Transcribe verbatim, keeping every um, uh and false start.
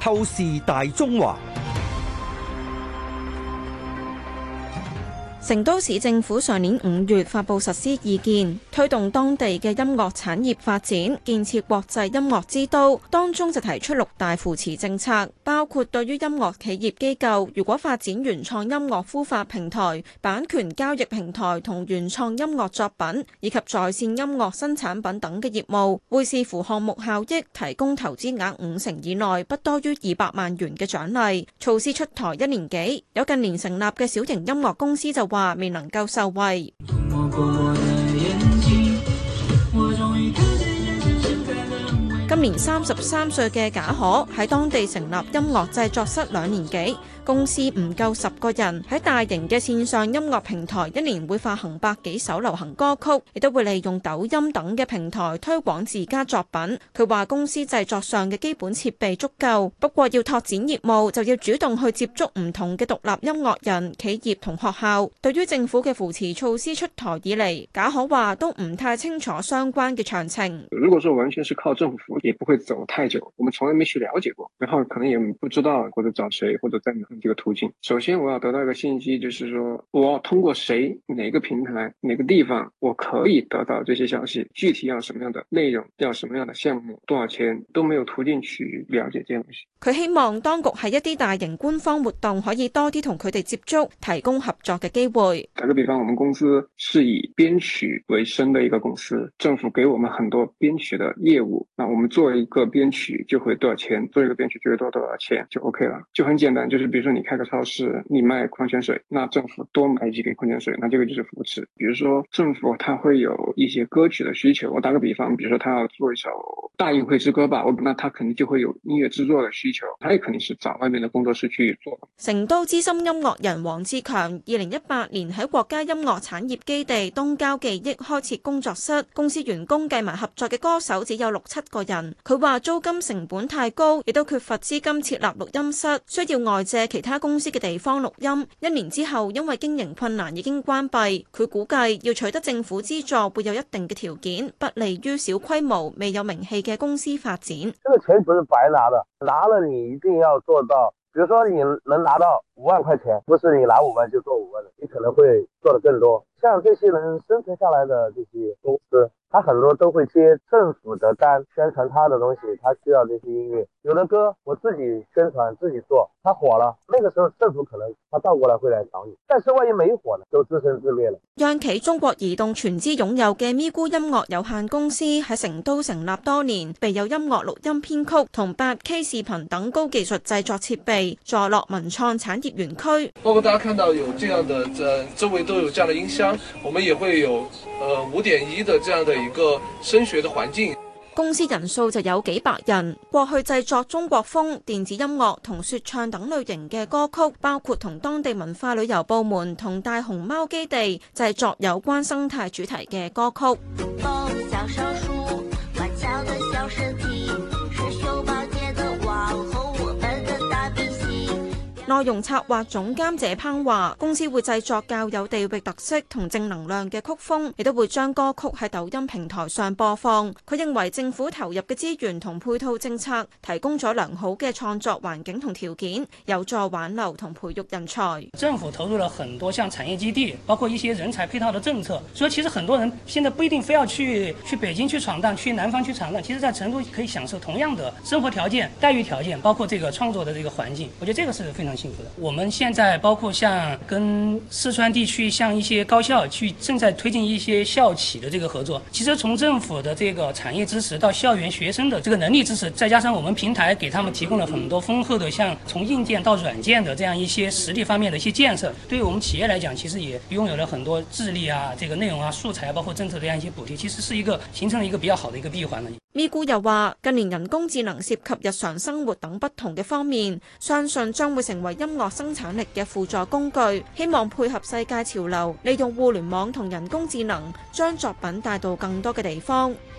透視大中華。 成都市政府上年五月發布實施意見，推動當地嘅音樂產業發展，建設國際音樂之都。當中就提出六大扶持政策，包括對於音樂企業機構，如果發展原創音樂孵化平台、版權交易平台同原創音樂作品，以及在線音樂新產品等嘅業務，會視乎項目效益，提供投資額五成以內不多於二百萬元嘅獎勵。措施出台一年幾，有近年成立嘅小型音樂公司就話未能夠受惠。今年三十三歲嘅賈可喺當地成立音樂製作室兩年幾，公司唔夠十個人，喺大型嘅線上音樂平台一年會發行百幾首流行歌曲，亦都會利用抖音等嘅平台推廣自家作品。佢話公司製作上嘅基本設備足夠，不過要拓展業務就要主動去接觸唔同嘅獨立音樂人、企業同學校。對於政府嘅扶持措施出台以嚟，賈可話都唔太清楚相關嘅詳情。 如果說完全是靠政府，也不會走太久，我們從來沒去了解過，然後可能也不知道或者找誰或者在哪這個途徑。首先我要得到一個信息，就是說我通過誰、哪個平台、哪個地方，我可以得到這些消息，具體要什麼樣的內容，要什麼樣的項目，多少錢，都沒有途徑去了解這樣東西。 佢希望當局喺一啲大型官方活動可以多啲同佢哋接觸，提供合作嘅機會。 打個比方，我們公司是以編曲為生的一個公司，政府給我們很多編曲的業務，那我們做一個編曲就會多少錢，做一個編曲就會多多少錢，就 OK 了，就很簡單。就是比如說你開個超市，你賣礦泉水，那政府多買幾瓶礦泉水，那這個就是扶持。比如說政府它會有一些歌曲的需求，我打個比方，比如說他要做一首大運會之歌吧，我那他肯定就會有音樂製作的需求，他也肯定是找外面的工作室去做。 成都資深音樂人黃志強，二零一八年喺國家音樂產業基地東郊記憶開設工作室，公司員工計埋合作嘅歌手只有六七個人。佢話租金成本太高，亦都缺乏資金設立錄音室，需要外借其他公司嘅地方錄音。一年之後，因為經營困難已經關閉。佢估計要取得政府資助會有一定嘅條件，不利於小規模未有名氣嘅公司發展。 這個錢不是白拿的，拿了你一定要做到。比如說你能拿到五萬塊錢，不是你拿五萬就做五萬的，你可能會做得更多。像這些人生存下來的這些公司，他很多都會接政府的單，宣傳他的東西，他需要這些音樂。有的歌我自己宣傳自己做，他火了，那個時候政府可能他倒過來會來找你。但是萬一沒火呢，就自生自滅了。 央企中國移動全資擁有嘅咪咕音樂有限公司喺成都成立多年，備有音樂錄音編曲同八 K 視頻等高技術製作設備，坐落文創產業園區。 包括大家看到有這樣的，呃，周圍都有這樣的音箱，我們也會有，呃，五點一的這樣的一個聲學的環境。 公司人數就有幾百人，過去製作中國風、電子音樂同說唱等類型嘅歌曲，包括同當地文化旅遊部門同大熊貓基地製作有關生態主題嘅歌曲。內容策劃總監謝烹話，公司會製作較有地域特色同正能量嘅曲風，亦都會將歌曲喺抖音平台上播放。佢認為政府投入嘅資源同配套政策提供咗良好嘅創作環境同條件，有助挽留同培育人才。 政府投入了很多像產業基地，包括一些人才配套的政策，所以其實很多人現在不一定非要去去北京去闖蕩，去南方去闖蕩，其實在成都可以享受同樣的生活條件、待遇條件，包括這個創作的這個環境。我覺得這個是非常幸福的。我們現在包括像跟四川地區像一些高校去正在推進一些校企的這個合作。其實從政府的這個產業支持到校園學生的這個能力支持，再加上我們平台給他們提供了很多豐厚的像從硬件到軟件的這樣一些實力方面的一些建設。對於我們企業來講，其實也擁有了很多智力啊、這個內容啊、素材，包括政策的這樣一些補貼，其實是一個形成了一個比較好的一個閉環了。 咪咕又話，近年人工智能涉及日常生活等不同嘅方面，相信將會成為音樂生產力嘅輔助工具，希望配合世界潮流，利用互聯網同人工智能，將作品帶到更多嘅地方。